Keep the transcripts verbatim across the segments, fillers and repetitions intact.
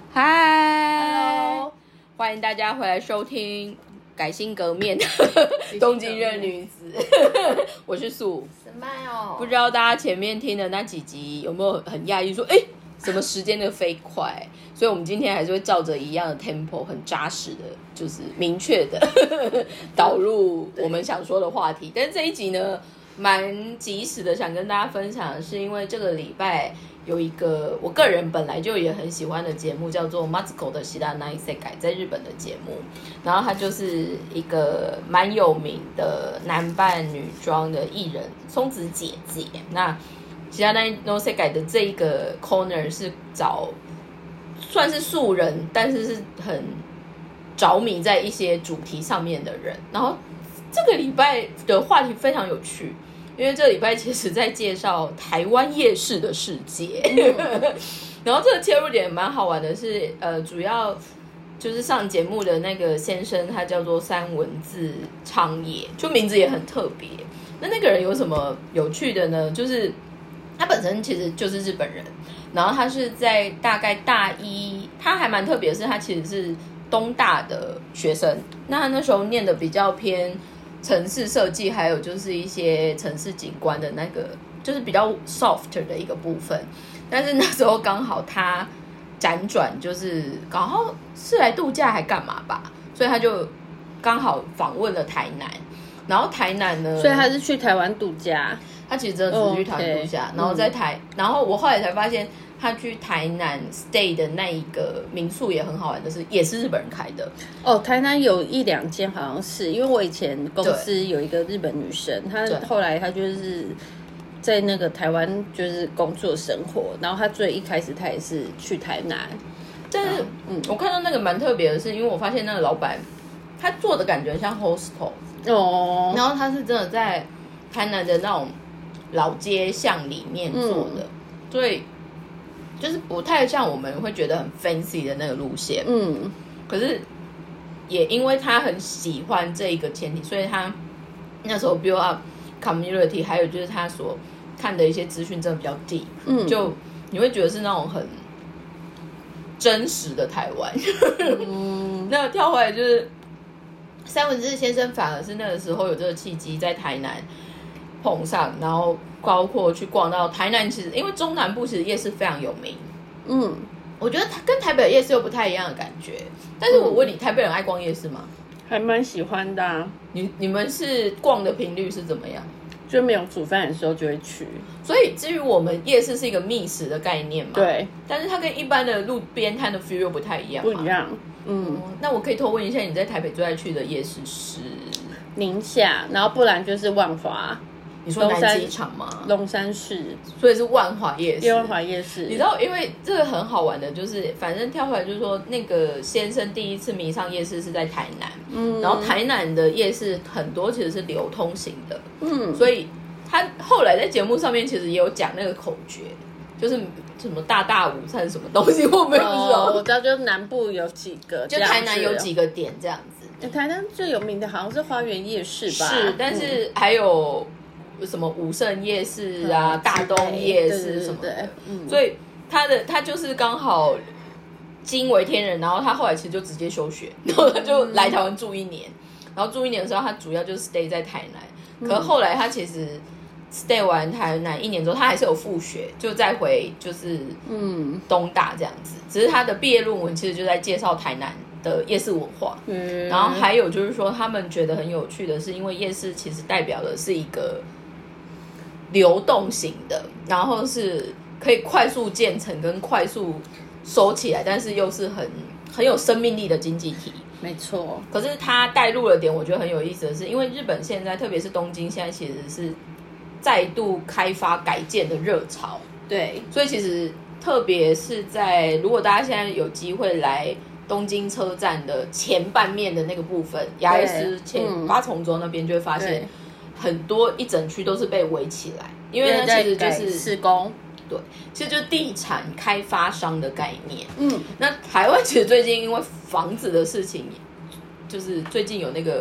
嗨，欢迎大家回来收听改心革面的东京热女子，我是素。 什么哦？ 不知道大家前面听的那几集有没有很讶异，说哎，什么时间的飞快？所以我们今天还是会照着一样的 tempo， 很扎实的，就是明确的导入我们想说的话题。但是这一集呢，蛮及时的，想跟大家分享的是，因为这个礼拜有一个我个人本来就也很喜欢的节目，叫做 Matsuko 的知らない世界，在日本的节目。然后它就是一个蛮有名的男扮女装的艺人松子姐姐。那知らない世界的这一个 corner 是找算是素人，但是是很着迷在一些主题上面的人。然后这个礼拜的话题非常有趣，因为这个礼拜其实在介绍台湾夜市的世界、嗯、然后这个切入点蛮好玩的是，呃，主要就是上节目的那个先生，他叫做三文字昌也，就名字也很特别。那那个人有什么有趣的呢？就是他本身其实就是日本人，然后他是在大概大一，他还蛮特别的是，他其实是东大的学生。那他那时候念的比较偏城市设计，还有就是一些城市景观的那个，就是比较 soft 的一个部分。但是那时候刚好他辗转，就是刚好是来度假还干嘛吧，所以他就刚好访问了台南。然后台南呢， 所以他是去台湾度假。 他其实真的只是去台湾度假， okay, 然后在台、嗯，然后我后来才发现，他去台南 stay 的那一个民宿也很好玩的是，也是日本人开的。 哦，台南有一两间好像是，因为我以前公司有一个日本女生，她后来她就是在那个台湾就是工作生活，然后她最一开始她也是去台南。 但是，嗯，我看到那个蛮特别的是，因为我发现那个老板他做的感觉像 hostel 哦，然后他是真的在台南的那种老街巷里面做的、嗯，所以就是不太像我们会觉得很 fancy 的那个路线。嗯，可是也因为他很喜欢这一个前提，所以他那时候 build up community， 还有就是他所看的一些资讯真的比较 deep， 嗯，就你会觉得是那种很真实的台湾。嗯，那跳回来就是三文治先生，反而是那个时候有这个契机在台南碰上，然后包括去逛到台南，其实因为中南部其实夜市非常有名，嗯，我觉得它跟台北的夜市又不太一样的感觉。但是我问你，台北人爱逛夜市吗？ 还蛮喜欢的、啊。 你你们是逛的频率是怎么样？ 就没有煮饭的时候就会去。 所以至于我们夜市是一个觅食的概念嘛， 对， 但是它跟一般的路边摊的 feel 又不太一样， 不一样。嗯， 嗯，那我可以偷问一下，你在台北最爱去的夜市是宁夏，然后不然就是万华。 你说南机场吗？ 龙山市， 所以是万华夜市。 万华夜市， 你知道，因为这个很好玩的，就是反正跳回来就是说，那个先生第一次迷上夜市是在台南，嗯，然后台南的夜市很多其实是流通型的，嗯，所以他后来在节目上面其实也有讲那个口诀，就是什么大大午餐什么东西，我没有知道、 哦，我知道，就是南部有几个， 就台南有几个点这样子。 台南最有名的好像是花园夜市吧， 是，但是还有什么武圣夜市啊、嗯、大东夜市什么的，对对对、嗯、所以他的他就是刚好惊为天人，然后他后来其实就直接休学，然后他就来台湾住一年，然后住一年的时候，他主要就是 stay 在台南，可是后来他其实 stay 完台南一年之后，他还是有复学，就再回就是嗯东大这样子，只是他的毕业论文其实就在介绍台南的夜市文化，嗯，然后还有就是说他们觉得很有趣的是，因为夜市其实代表的是一个流动型的，然后是可以快速建成跟快速收起来，但是又是很很有生命力的经济体。 没错， 可是它带入了点，我觉得很有意思的是，因为日本现在特别是东京现在其实是再度开发改建的热潮， 对， 所以其实特别是在如果大家现在有机会来东京车站的前半面的那个部分，亚伊斯前、嗯、八重洲那边，就会发现很多一整区都是被围起来，因为呢其实就是施工， 对，其实就是地产开发商的概念。嗯，那台湾其实最近因为房子的事情，就是最近有那个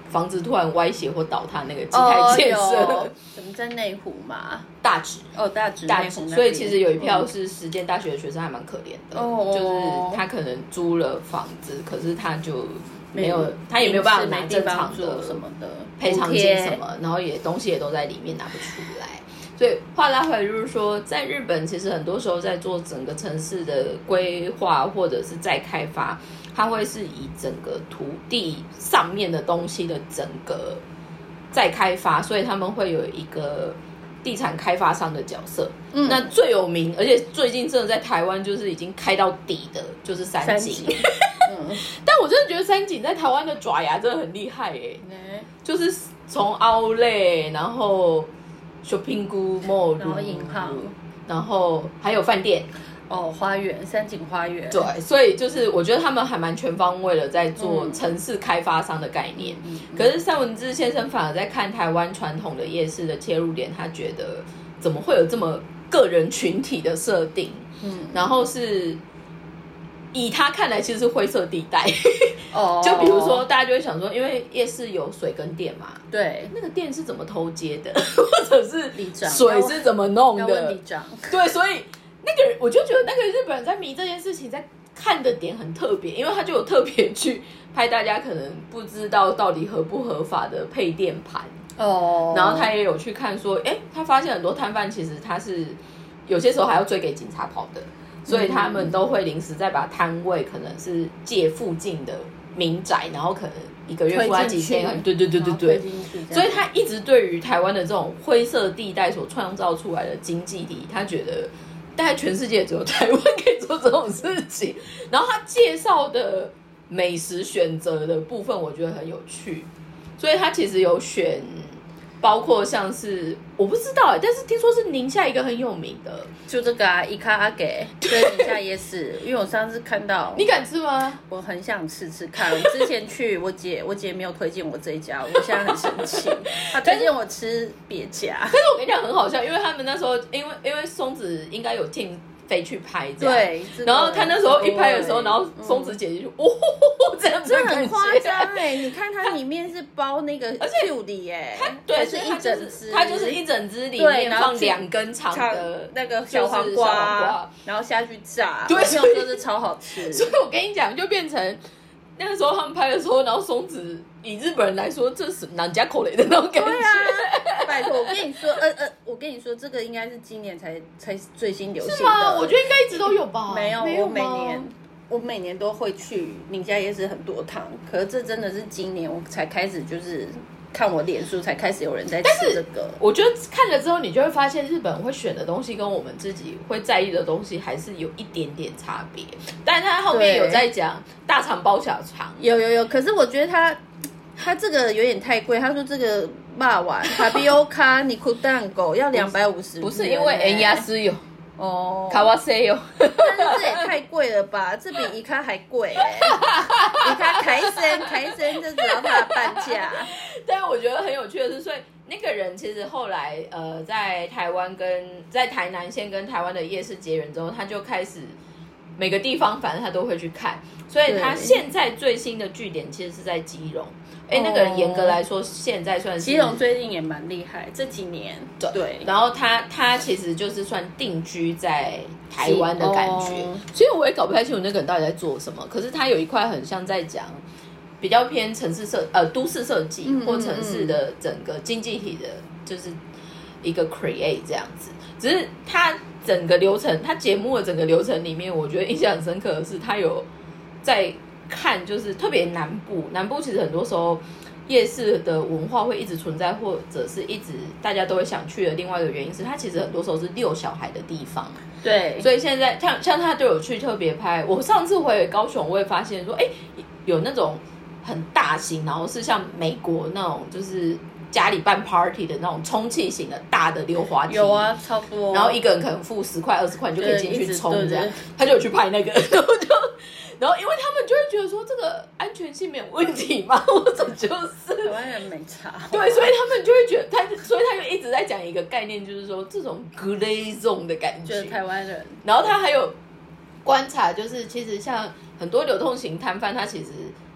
房子突然歪斜或倒塌那个基台建设。 哦，怎么在内湖嘛？ 大直哦，大直大直，所以其实有一票是实践大学的学生还蛮可怜的， 哦， 就是他可能租了房子，可是他就没有，他也没有办法拿正常的什么的赔偿金什么，然后也东西也都在里面拿不出来。所以话拉回来就是说，在日本其实很多时候在做整个城市的规划或者是再开发，它会是以整个土地上面的东西的整个再开发，所以他们会有一个地产开发商的角色。嗯，那最有名，而且最近真的在台湾就是已经开到底的，就是三井。嗯，但我真的觉得三井在台湾的爪牙真的很厉害耶、欸嗯，就是从 Outlet， 然后 Shopping Mall， 然后银行， 然后还有饭店。 哦，花园，三井花园。 对，所以就是我觉得他们还蛮全方位的在做城市开发商的概念。嗯嗯、可是三文治先生反而在看台湾传统的夜市的切入点，他觉得怎么会有这么个人群体的设定？嗯，然后是以他看来其实是灰色地带。哦，就比如说大家就会想说，因为夜市有水跟电嘛， 对， 那个电是怎么偷接的，或者是水是怎么弄的？ 要问里长。 对，所以。那个人，我就觉得那个日本人在迷这件事情，在看的点很特别，因为他就有特别去拍大家可能不知道到底合不合法的配电盘哦，然后他也有去看说，哎，他发现很多摊贩其实他是有些时候还要追给警察跑的，所以他们都会临时再把摊位可能是借附近的民宅，然后可能一个月付他几千，对对对对对，所以他一直对于台湾的这种灰色地带所创造出来的经济力，他觉得。大概全世界只有台湾可以做这种事情，然后他介绍的美食选择的部分，我觉得很有趣，所以他其实有选，包括像是我不知道哎，但是听说是宁夏一个很有名的， 就这个啊，伊卡阿给，对，宁夏夜市，因为我上次看到， 你敢吃吗？ 我很想吃吃看，我之前去，我姐我姐没有推荐我这一家，我现在很生气，她推荐我吃别家， 但是我跟你讲很好笑，因为他们那时候，因为因为松子应该有进。飞去拍这样， 对， 然后他那时候一拍的时候，然后松子姐姐就、嗯、哦，这样子真的很夸张哎！你看它里面是包那个 Q 里哎， 它对是一整只， 它就是一整只里面放两根长的那个小黄瓜，然后下去炸， 对， 所以说是超好吃。 所以我跟你讲，就变成那个时候他们拍的时候，然后松子以日本人来说，这是南家口雷的那种感觉。 对啊，拜托，我跟你说，呃呃，我跟你说，这个应该是今年才才最新流行的。 是吗？我觉得应该一直都有吧。 没有，我每年我每年都会去宁夏夜市很多趟，可是这真的是今年我才开始，就是看我脸书才开始有人在吃这个。 我觉得看了之后，你就会发现日本会选的东西跟我们自己会在意的东西还是有一点点差别。但是他后面有在讲大肠包小肠， 有有有，可是我觉得他。他这个有点太贵，他说这个肉丸塔比欧卡尼库蛋狗要两百五十， 不是因为恩雅斯有哦， 卡瓦塞有， 但是这也太贵了吧？这比伊卡还贵哎、欸！伊卡开森开森就只要它的半价。 但我觉得很有趣的是，所以那个人其实后来呃，在台湾跟在台南先跟台湾的夜市结缘之后，他就开始每个地方反正他都会去看，所以他现在最新的据点其实是在基隆。哎、欸，那个人严格来说，现在算是基隆最近也蛮厉害，这几年对。对然后他他其实就是算定居在台湾的感觉，所以我也搞不太清楚那个人到底在做什么。可是他有一块很像在讲比较偏城市设呃都市设计或城市的整个经济体的，就是一个 create 这样子。只是他整个流程，他节目的整个流程里面，我觉得印象很深刻的是，他有在。看就是特别南部，南部其实很多时候夜市的文化会一直存在，或者是一直大家都会想去的。另外一个原因是，它其实很多时候是遛小孩的地方。 对， 所以现在像像他都有去特别拍。我上次回高雄，我也发现说，哎，有那种很大型，然后是像美国那种就是家里办 party 的那种充气型的大的溜滑梯。 有啊，超多。 然后一个人可能付十块二十块，你就可以进去冲这样。他就有去拍那个，然后就。然后，因为他们就会觉得说这个安全性没有问题嘛，或者就是台湾人没差， 对，所以他们就会觉得他，所以他就一直在讲一个概念，就是说这种 grey zone 的感觉， 就是台湾人。 然后他还有观察，就是其实像很多流动型摊贩，他其实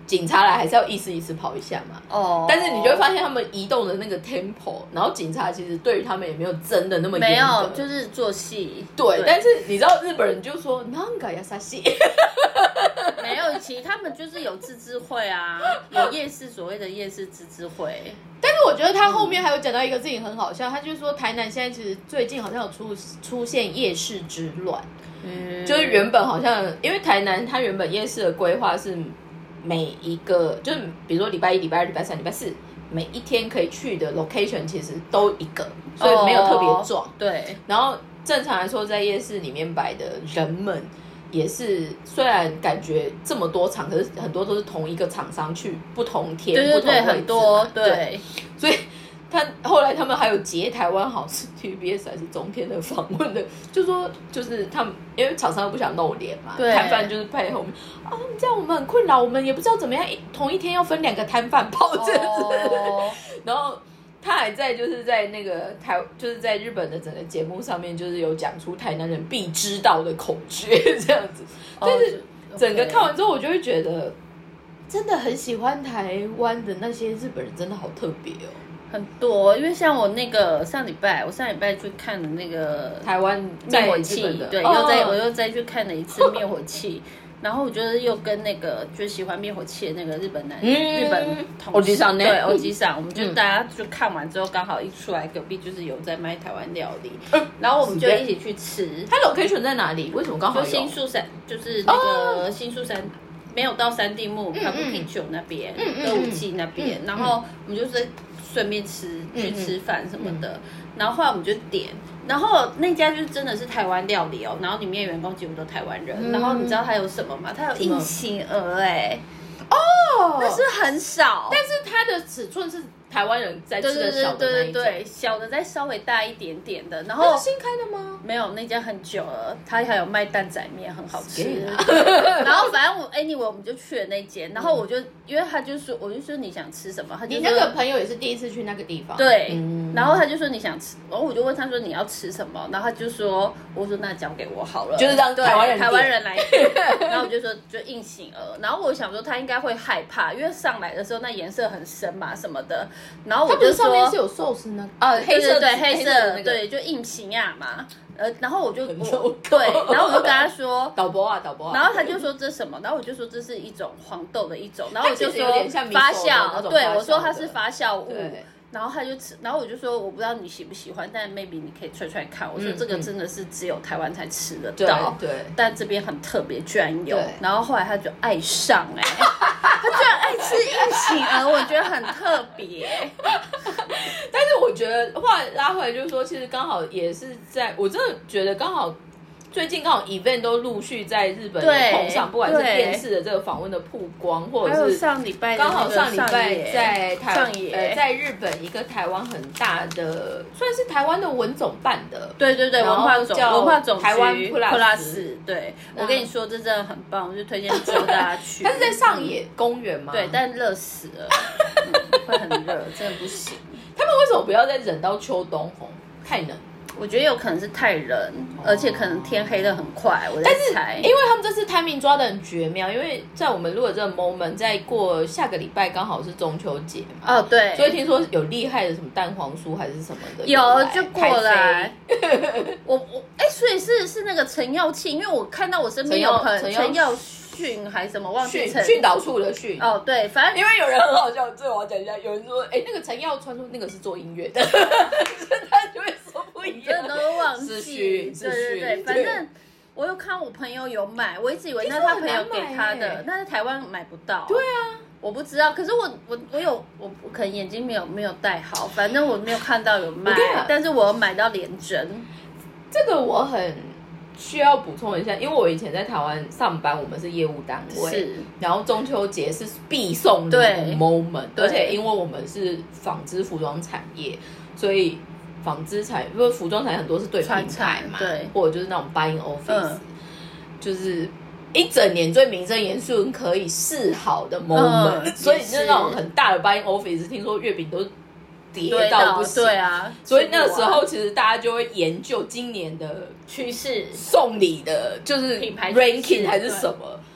警察来还是要意思意思跑一下嘛。 哦， 但是你就会发现他们移动的那个 tempo， 然后警察其实对于他们也没有真的那么严格， 没有，就是做戏。 对，对但是你知道日本人就说なんか優しい。 没有，其实他们就是有自治会啊，有夜市，所谓的夜市自治会。 但是我觉得他后面还有讲到一个事情很好笑，他就是说台南现在其实最近好像有出出现夜市之乱， 嗯， 就是原本好像因为台南它原本夜市的规划是每一个，就是比如说礼拜一、礼拜二、礼拜三、礼拜四，每一天可以去的 location 其实都一个，所以没有特别壮。 哦、对， 然后正常来说，在夜市里面摆的人们。也是，虽然感觉这么多场，可是很多都是同一个厂商去不同天、 对对对， 不同位置很多 对, 对，所以他后来他们还有截台湾好是 T V B S 还是中天的访问的，就说就是他们因为厂商又不想露脸嘛，摊贩就是配后面啊，这样我们很困扰，我们也不知道怎么样，同一天要分两个摊贩跑这样子，哦、然后。他还在就是在那个台就是在日本的整个节目上面，就是有讲出台南人必知道的口诀这样子。但是整个看完之后，我就会觉得，真的很喜欢台湾的那些日本人，真的好特别哦， 很多。因为像我那个上礼拜，我上礼拜去看了那个台湾灭火器，对， 哦、 又再我又再去看了一次灭火器。然后我就是又跟那个就喜欢灭火器的那个日本男、嗯、日本同事，对，欧吉桑，我们就大家就看完之后，刚好一出来隔壁就是有在卖台湾料理，嗯、然后我们就一起去吃。 它 location 在哪里？为什么刚好有？ 就新宿山，就是那个新宿山。哦没有到三地目卡布奇丘那边，歌舞伎那边，然后我们就是顺便吃去吃饭什么的，然后后来我们就点，然后那家就是真的是台湾料理哦，然后里面员工几乎都台湾人，然后你知道它有什么吗？它有硬形鹅哎，哦，那是很少， 但是它的尺寸是台湾人在吃的小的那一种， 对对对对，小的再稍微大一点点的，然后那是新开的吗？ 没有，那家很久了，他还有卖蛋仔面，很好吃。然后反正我 anyway 我们就去了那间，然后我就因为他就说，我就说你想吃什么，他就说你那个朋友也是第一次去那个地方， 对，嗯、然后他就说你想吃，然后我就问他说你要吃什么，然后他就说，我说那交给我好了， 就是让台湾人台湾人来点，然后我就说就硬形鹅，然后我想说他应该会害怕，因为上来的时候那颜色很深嘛什么的，然后我就说上面是有寿司呢， 啊， 黑色对黑色的、那个、对就硬形呀嘛。呃，然后我就我对，然后我就跟他说导播啊导播啊， 然后他就说这什么，然后我就说这是一种黄豆的一种，然后我就说发酵，对我说它是发酵物，然后他就吃，然后我就说我不知道你喜不喜欢，但 maybe 你可以踹踹看，我说这个真的是只有台湾才吃得到， 对，对但这边很特别，居然有，然后后来他就爱上哎、欸，他居然爱吃硬形鹅，我觉得很特别。 但是我觉得话拉回来就是说，其实刚好也是在，我真的觉得刚好最近刚好 event 都陆续在日本碰上，不管是电视的这个访问的曝光，或者是上礼拜刚好上礼拜在台上呃在日本一个台湾很大的，算是台湾的文总办的， 对对对，文化总文化总台湾 Plus， 对，我跟你说这真的很棒，我就推荐只有大家去。 它是在上野公园吗？ 对，但热死了，嗯、会很热，真的不行。 他们为什么不要再忍到秋冬红？太冷。 我觉得有可能是太冷，而且可能天黑的很快。我在猜， 因为他们这次 timing 抓的很绝妙，因为在我们录的这个 moment， 在过下个礼拜刚好是中秋节嘛。 哦，对， 所以听说有厉害的什么蛋黄酥还是什么的， 有就过来。我我哎，所以是是那个陈耀庆，因为我看到我身边有朋友陈耀训还是什么忘记训训导处的训哦，对，反正因为有人很好笑，这我要讲一下，有人说哎，那个陈耀川说那个是做音乐的，他就会说不一样。 真的都忘记， 对对对，反正我有看我朋友有买，我一直以为那是他朋友给他的，那在台湾买不到。 对啊， 我不知道，可是我我我有我我可能眼睛没有没有戴好，反正我没有看到有卖，但是我有买到连针。 这个我很需要补充一下，因为我以前在台湾上班，我们是业务单位， 是， 然后中秋节是必送的 moment， 而且因为我们是纺织服装产业，所以。纺织产，因为服装产业很多是对品牌嘛， 对， 或者就是那种 buying office，、嗯、就是一整年最名正言顺可以试好的 moment，、嗯、所以就是那种很大的 buying office， 听说月饼都跌到不行， 对啊， 所以那个时候其实大家就会研究今年的趋势、 送礼的，就是品牌 ranking 还是什么。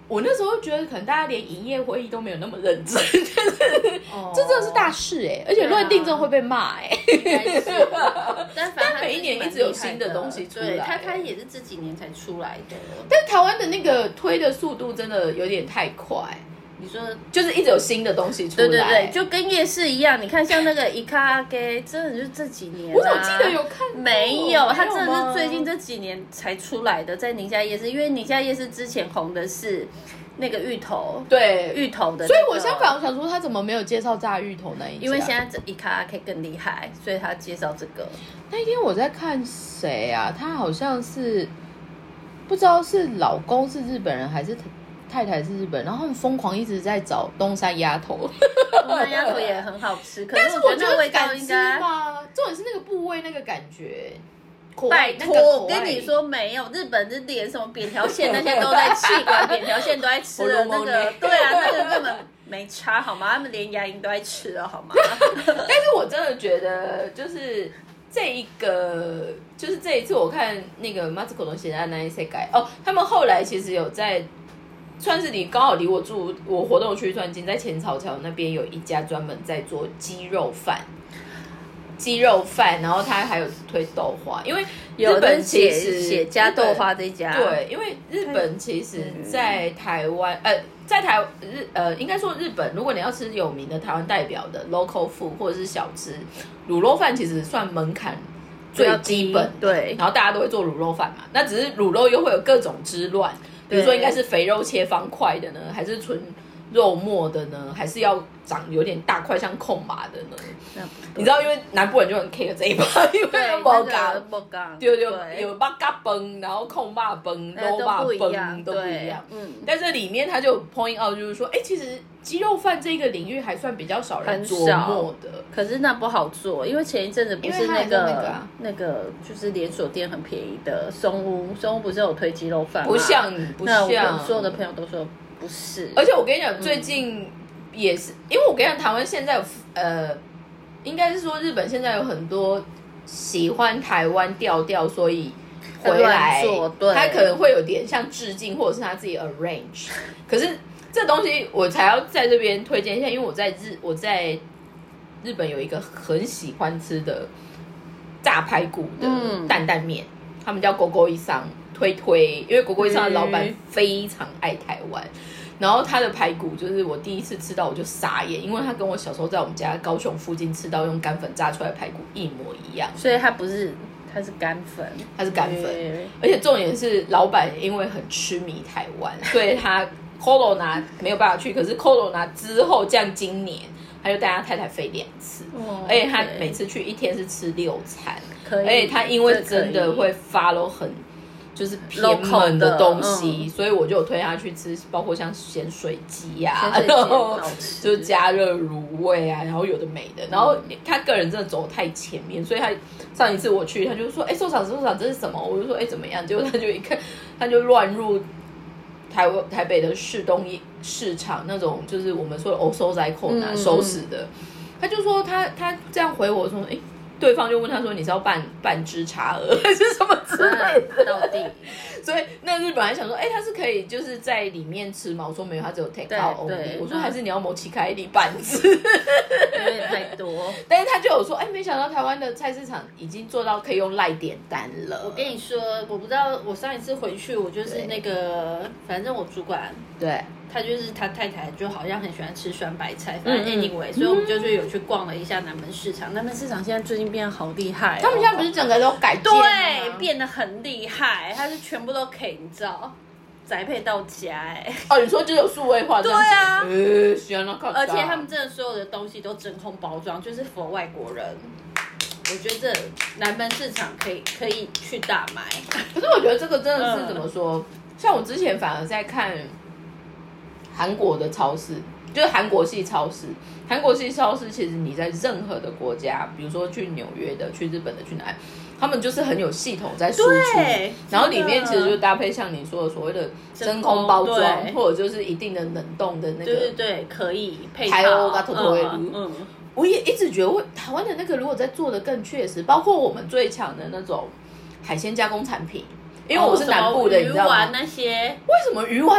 我那时候觉得可能大家连营业会议都没有那么认真，就是哦、 这真的是大事哎、欸，而且乱定真的会被骂哎、 欸。应该是，但反正但每一年一直有新的东西出来， 对，他他也是这几年才出来的。 但台湾的那个推的速度真的有点太快。 你说就是一直有新的东西出来， 对对对，就跟夜市一样。你看，像那个伊卡阿给，真的就是这几年、啊。 我怎么记得有看过？ 没有，它真的是最近这几年才出来的，在宁夏夜市。因为宁夏夜市之前红的是那个芋头， 对芋头的、那个。 所以我相反，我想说他怎么没有介绍炸芋头那一家？ 因为现在这伊卡阿给更厉害，所以他介绍这个。 那一天我在看谁啊？他好像是不知道是老公是日本人还是太太是日本人，然后他们疯狂一直在找东山鸭头。 东山鸭头也很好吃，可但是我觉得味道应该吗？重点是那个部位那个感觉。 拜托，我跟你说没有，日本是连什么扁条线那些都在气管扁条线都在吃的那个，对啊，那个根本没差好吗？他们连牙龈都在吃了好吗？ 但是我真的觉得就是这一个，就是这一次我看那个马子口东写的那一些改哦，他们后来其实有在。算是离刚好离我住我活动区算近，在前草桥那边有一家专门在做鸡肉饭，鸡肉饭，然后他还有推豆花，因为日本其实写加豆花这家， 对，因为日本其实在台湾，呃，在台日呃，应该说日本，如果你要吃有名的台湾代表的 local food 或者是小吃，卤肉饭其实算门槛最基本， 对， 然后大家都会做卤肉饭嘛，那只是卤肉又会有各种之乱。比如说应该是肥肉切方块的呢，还是纯肉末的呢，还是要长有点大块像控麻的呢？你知道，因为南部人就很 care 这一趴，因为无讲， 对对，有八嘎崩，然后控麻崩、肉麻崩都不一样。嗯，但这里面他就 point out 就是说，哎，其实鸡肉饭这个领域还算比较少人琢磨的， 可是那不好做，因为前一阵子不是那个那个、啊、那个就是连锁店很便宜的松屋，松屋不是有推鸡肉饭吗？ 不像，不像， 那我所有的朋友都说不是。 而且我跟你讲，最近也是，嗯、因为我跟你讲，台湾现在有呃，应该是说日本现在有很多喜欢台湾调调，所以回来他可能会有点像致敬，或者是他自己 arrange。可是这东西我才要在这边推荐一下，因为我在日我在日本有一个很喜欢吃的炸排骨的担担面，嗯、他们叫狗狗一桑。推推，因为狗狗一上的老板非常爱台湾，嗯、然后他的排骨就是我第一次吃到我就傻眼，因为他跟我小时候在我们家高雄附近吃到用干粉炸出来的排骨一模一样， 所以它不是，它是干粉， 它是干粉，而且重点是老板因为很痴迷台湾，所以他 Corona 没有办法去，可是 Corona 之后降今年。他就带他太太飞两次，哦、而且他每次去一天是吃六餐， 可以而且他因为真的会 follow 很就是偏门的东西，嗯、所以我就有推他去吃，包括像咸水鸡啊，然后就是加热卤味啊，然后有的没的，然后他个人真的走太前面，所以他上一次我去，他就说：“哎、欸，寿司寿司这是什么？”我就说：“哎、欸，怎么样？”结果他就一看，他就乱入。台台北的市东市场那种，就是我们说的欧收在扣拿收拾的，他就说他他这样回我说，哎，对方就问他说你是要半半只茶鹅还是什么之类的， 到底， 所以那日本还想说，哎，他是可以就是在里面吃吗？我说没有，他只有 take out only。我说还是你要摩奇开利半只， 有点太多。 但是他就有说，哎，没想到台湾的菜市场已经做到可以用赖点单了。 我跟你说，我不知道，我上一次回去，我就是那个，反正我主管对。 他就是他太太，就好像很喜欢吃酸白菜，反正 anyway，、嗯、所以我们就是有去逛了一下南门市场。南门市场现在最近变得好厉害、哦， 他们现在不是整个都改建了对，变得很厉害，它是全部都可以，你知道，宅配到家哎、欸。 哦，你说就有数位化这样子？ 对啊， 呃，喜欢那而且他们真的所有的东西都真空包装，就是 for 外国人。我觉得南门市场可以可以去大买， 可是我觉得这个真的是怎么说？嗯、像我之前反而在看。韩国的超市就是韩国系超市，韩国系超市其实你在任何的国家，比如说去纽约的、去日本的、去哪里，他们就是很有系统在输出，然后里面其实就搭配像你说的所谓的真空包装，或者就是一定的冷冻的那个， 对对对，可以配套。嗯嗯，我也一直觉得台湾的那个如果在做的更确实，包括我们最强的那种海鲜加工产品，因为我是南部的， 哦、 你知道吗？ 那些为什么鱼丸？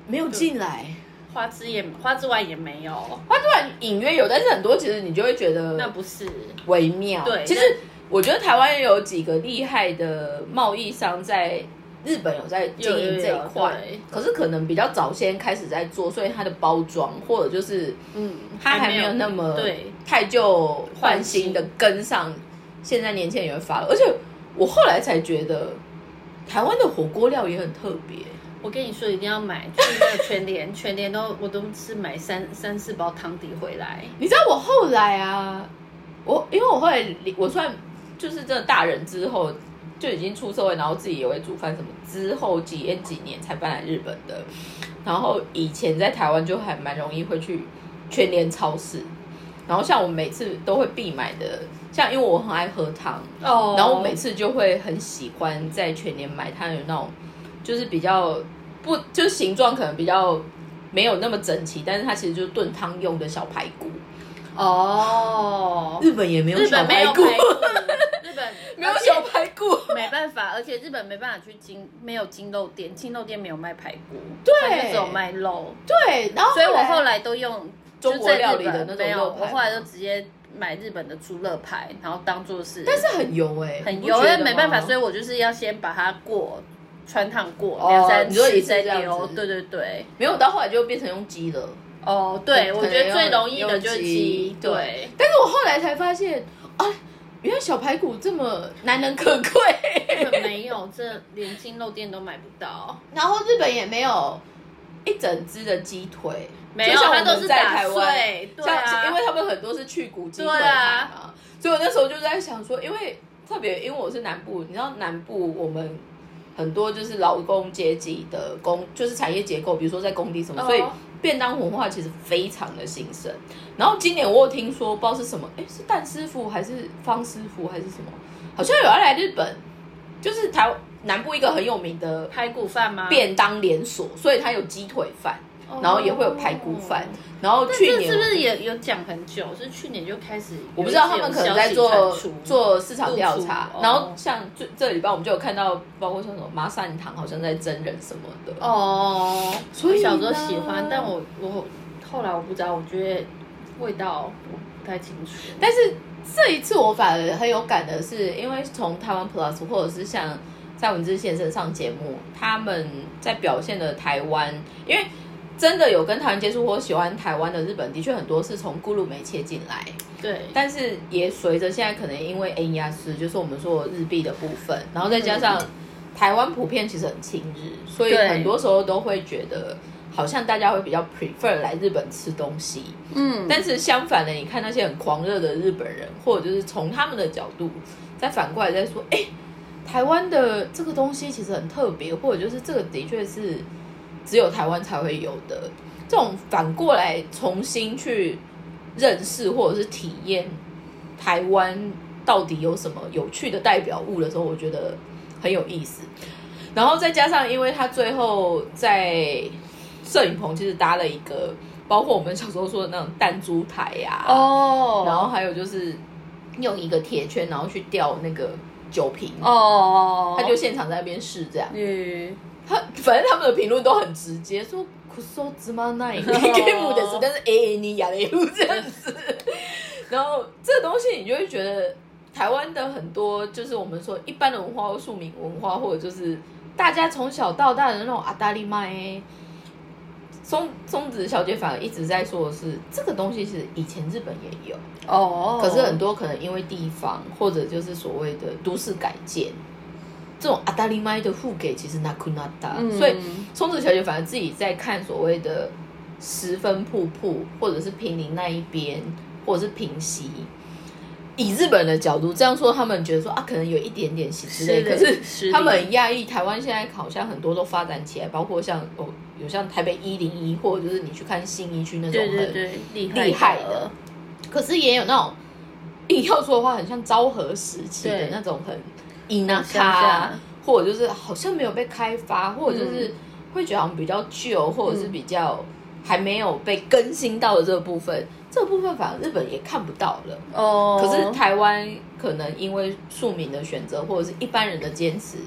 没有进来， 花枝也花枝丸也没有， 花枝丸隐约有，但是很多其实你就会觉得那不是微妙。 对， 其实我觉得台湾也有几个厉害的贸易商在日本有在经营这一块，可是可能比较早先开始在做，所以它的包装或者就是嗯，它还没有那么对太旧换新的跟上现在年轻人也会发了。而且我后来才觉得台湾的火锅料也很特别。 我跟你说一定要买，去那个全联，全联都我都是买三三四包汤底回来。 你知道我后来啊，我因为我后来我算就是真的大人之后就已经出社会，然后自己也会煮饭什么，之后几年几年才搬来日本的。然后以前在台湾就还蛮容易会去全联超市，然后像我每次都会必买的，像因为我很爱喝汤哦，然后我每次就会很喜欢在全联买它有那种就是比较不就是形状可能比较没有那么整齐，但是它其实就是炖汤用的小排骨。哦，日本也没有小排骨， 日本没有小排骨， 没办法，而且日本没办法去精没有精肉店，精肉店没有卖排骨， 对， 它就只有卖肉， 对，然后所以我后来都用中国料理的那种肉排， 我后来就直接买日本的猪肋排，然后当做是， 但是很油哎、欸， 很油，因为没办法，所以我就是要先把它过穿烫过两三次再丢，对对对， 没有到后来就变成用鸡了。 哦，对，我觉得最容易的就是鸡，对。 但是我后来才发现，啊，原来小排骨这么难能可贵。 日本没有，这连精肉店都买不到。 然后日本也没有一整只的鸡腿， 没有，它都是在台湾，对啊，因为他们很多是去骨鸡腿排嘛，所以我那时候就在想说，因为特别因为我是南部，你知道南部我们很多就是劳工阶级的工，就是产业结构，比如说在工地什么，所以便当文化其实非常的兴盛。然后今年我有听说，不知道是什么，哎，是蛋师傅还是方师傅还是什么，好像有要来日本，就是台南部一个很有名的排骨饭吗？ 便当连锁，所以它有鸡腿饭，然后也会有排骨饭。然后去年是不是也有讲很久？是去年就开始， 我不知道他们可能在做做市场调查。然后像这这礼拜我们就有看到，包括像什么麻善堂好像在真人什么的哦。所以小时候喜欢，但我我后来我不知道，我觉得味道我不太清楚。 但是这一次我反而很有感的是，因为从台湾 Plus 或者是像蔡文之先生上节目，他们在表现的台湾，因为真的有跟台湾接触或喜欢台湾的日本，的确很多是从咕噜梅切进来， 对。 但是也随着现在可能因为円安，就是我们说日币的部分，然后再加上台湾普遍其实很亲日，所以很多时候都会觉得好像大家会比较 prefer 来日本吃东西，嗯。但是相反的，你看那些很狂热的日本人，或者就是从他们的角度再反过来再说，哎，台湾的这个东西其实很特别，或者就是这个的确是只有台湾才会有的，这种反过来重新去认识或者是体验台湾到底有什么有趣的代表物的时候，我觉得很有意思。然后再加上因为他最后在摄影棚其实搭了一个包括我们小时候说的那种弹珠台呀、啊，哦，然后还有就是用一个铁圈然后去吊那个酒瓶，哦，他就现场在那边试这样，嗯。他反正他们的评论都很直接，说“苦说芝麻奶 game 的事”，但是哎，你亚雷路这样子。然后这个东西，你就会觉得台湾的很多，就是我们说一般的文化或庶民文化，或者就是大家从小到大的那种阿达利麦。松松子小姐反而一直在说的是，这个东西其实以前日本也有哦，可是很多可能因为地方或者就是所谓的都市改建。这种阿达利麦的互给其实那库那达，所以松子小姐反而自己在看所谓的十分瀑布，或者是平林那一边，或者是平溪。以日本的角度这样说，他们觉得说啊，可能有一点点喜之类，可是他们很讶异，台湾现在好像很多都发展起来，包括像哦，有像台北一零一，或者就是你去看信义区那种很对对对厉害的，可是也有那种硬要说的话，很像昭和时期的那种很。伊那卡，或者就是好像没有被开发，或者就是会觉得好像比较旧，或者是比较还没有被更新到的这个部分，这个部分反而日本也看不到了。哦，可是台湾可能因为庶民的选择，或者是一般人的坚持，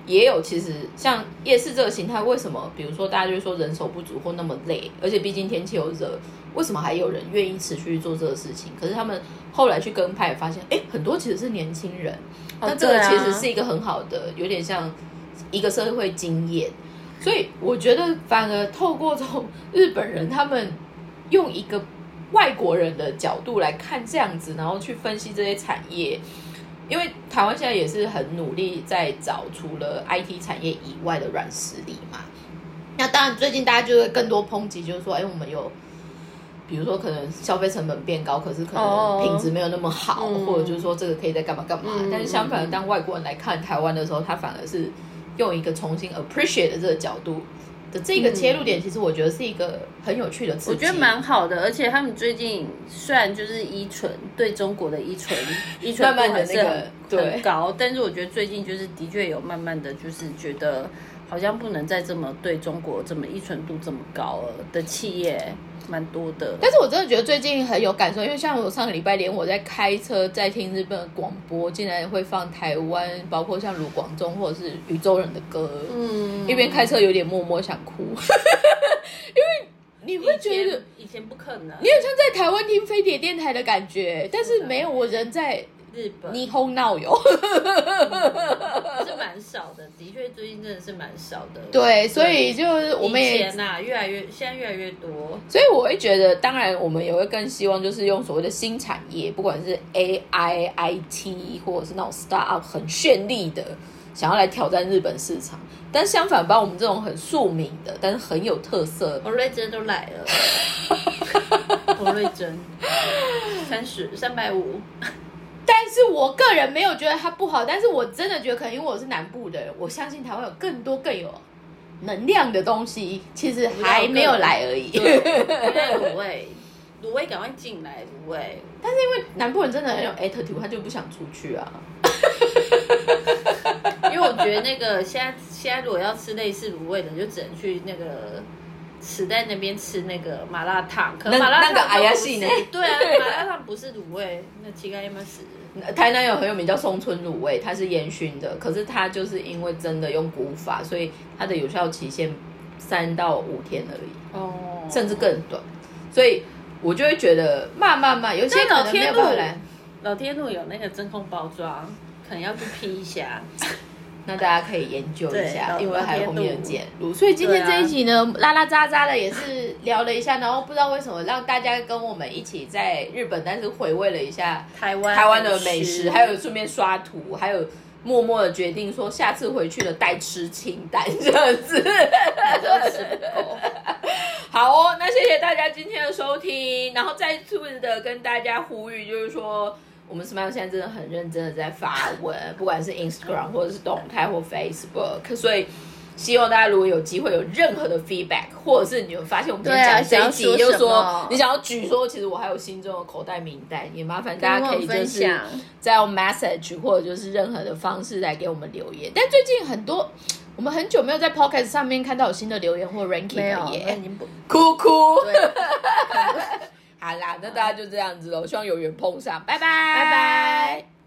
也有其实像夜市这个形态，为什么比如说大家就说人手不足或那么累，而且毕竟天气又热，为什么还有人愿意持续做这个事情？可是他们后来去跟拍发现，哎，很多其实是年轻人，那、哦、这个其实是一个很好的，有点像一个社会经验。所以我觉得反而透过这种日本人他们用一个外国人的角度来看这样子，然后去分析这些产业，因为台湾现在也是很努力在找除了 I T 产业以外的软实力嘛。那当然最近大家就会更多抨击，就是说哎，我们有比如说可能消费成本变高，可是可能品质没有那么好、哦、或者就是说这个可以再干嘛干嘛、嗯、但是相反的当外国人来看台湾的时候，他反而是用一个重新 appreciate 的这个角度的这个切入点，其实我觉得是一个很有趣的刺激， 我觉得蛮好的。而且他们最近虽然就是依存对中国的依存依存度还是 很, 慢慢的、那个、很高，但是我觉得最近就是的确有慢慢的就是觉得好像不能再这么对中国这么依存度这么高了的企业蛮多的。 但是我真的觉得最近很有感受，因为像我上个礼拜连我在开车在听日本的广播，竟然会放台湾包括像卢广仲或者是宇宙人的歌，嗯，一边开车有点默默想哭因为你会觉得以前不可能， 你很像在台湾听飞碟电台的感觉，但是没有我人在日本霓虹闹有是蛮少的，的确最近真的是蛮少的。 对，所以就是我们也以前啊，越来越现在越来越多， 所以我会觉得，当然我们也会更希望就是用所谓的新产业，不管是 A I、I T 或者是那种 startup 很绚丽的，想要来挑战日本市场。但相反，把我们这种很庶民的，但是很有特色， 洪瑞珍都来了，洪瑞珍三十三百五。 但是我个人没有觉得它不好，但是我真的觉得可能因为我是南部的人，我相信台湾有更多更有能量的东西，其实还没有来而已。 卤味，卤味赶快进来，卤味。 但是因为南部人真的很有 attitude， 他就不想出去啊。 因为我觉得那个现在现在如果要吃类似卤味的，就只能去那个池袋那边吃那个麻辣烫，可能麻辣烫那个哎呀系呢？ 对啊，麻辣烫不是卤味，那乞丐要死。 台南有很有名叫松村卤味，它是烟熏的，可是它就是因为真的用古法，所以它的有效期限三到五天而已，哦，甚至更短，所以我就会觉得慢慢慢，有些可能没有办法来。 老天路有那个真空包装，可能要去批一下。 那大家可以研究一下，因为还有后面的简录。所以今天这一集呢，拉拉杂杂的也是聊了一下，然后不知道为什么让大家跟我们一起在日本，但是回味了一下台湾台湾的美食，还有顺便刷图，还有默默的决定说下次回去的带吃清单这样子。好哦，那谢谢大家今天的收听，然后再次的跟大家呼吁，就是说。我们 Smile 现在真的很认真的在发文，不管是 Instagram 或者是动态或 Facebook， 所以希望大家如果有机会有任何的 feedback， 或者是你有发现我们今天讲这一集，就是说你想要举说，其实我还有心中的口袋名单，也麻烦大家可以就是再用 message 或者就是任何的方式来给我们留言。但最近很多我们很久没有在 Podcast 上面看到有新的留言或 ranking 了耶，哭哭。好啦，那大家就这样子咯，希望有缘碰上，拜拜， 拜拜。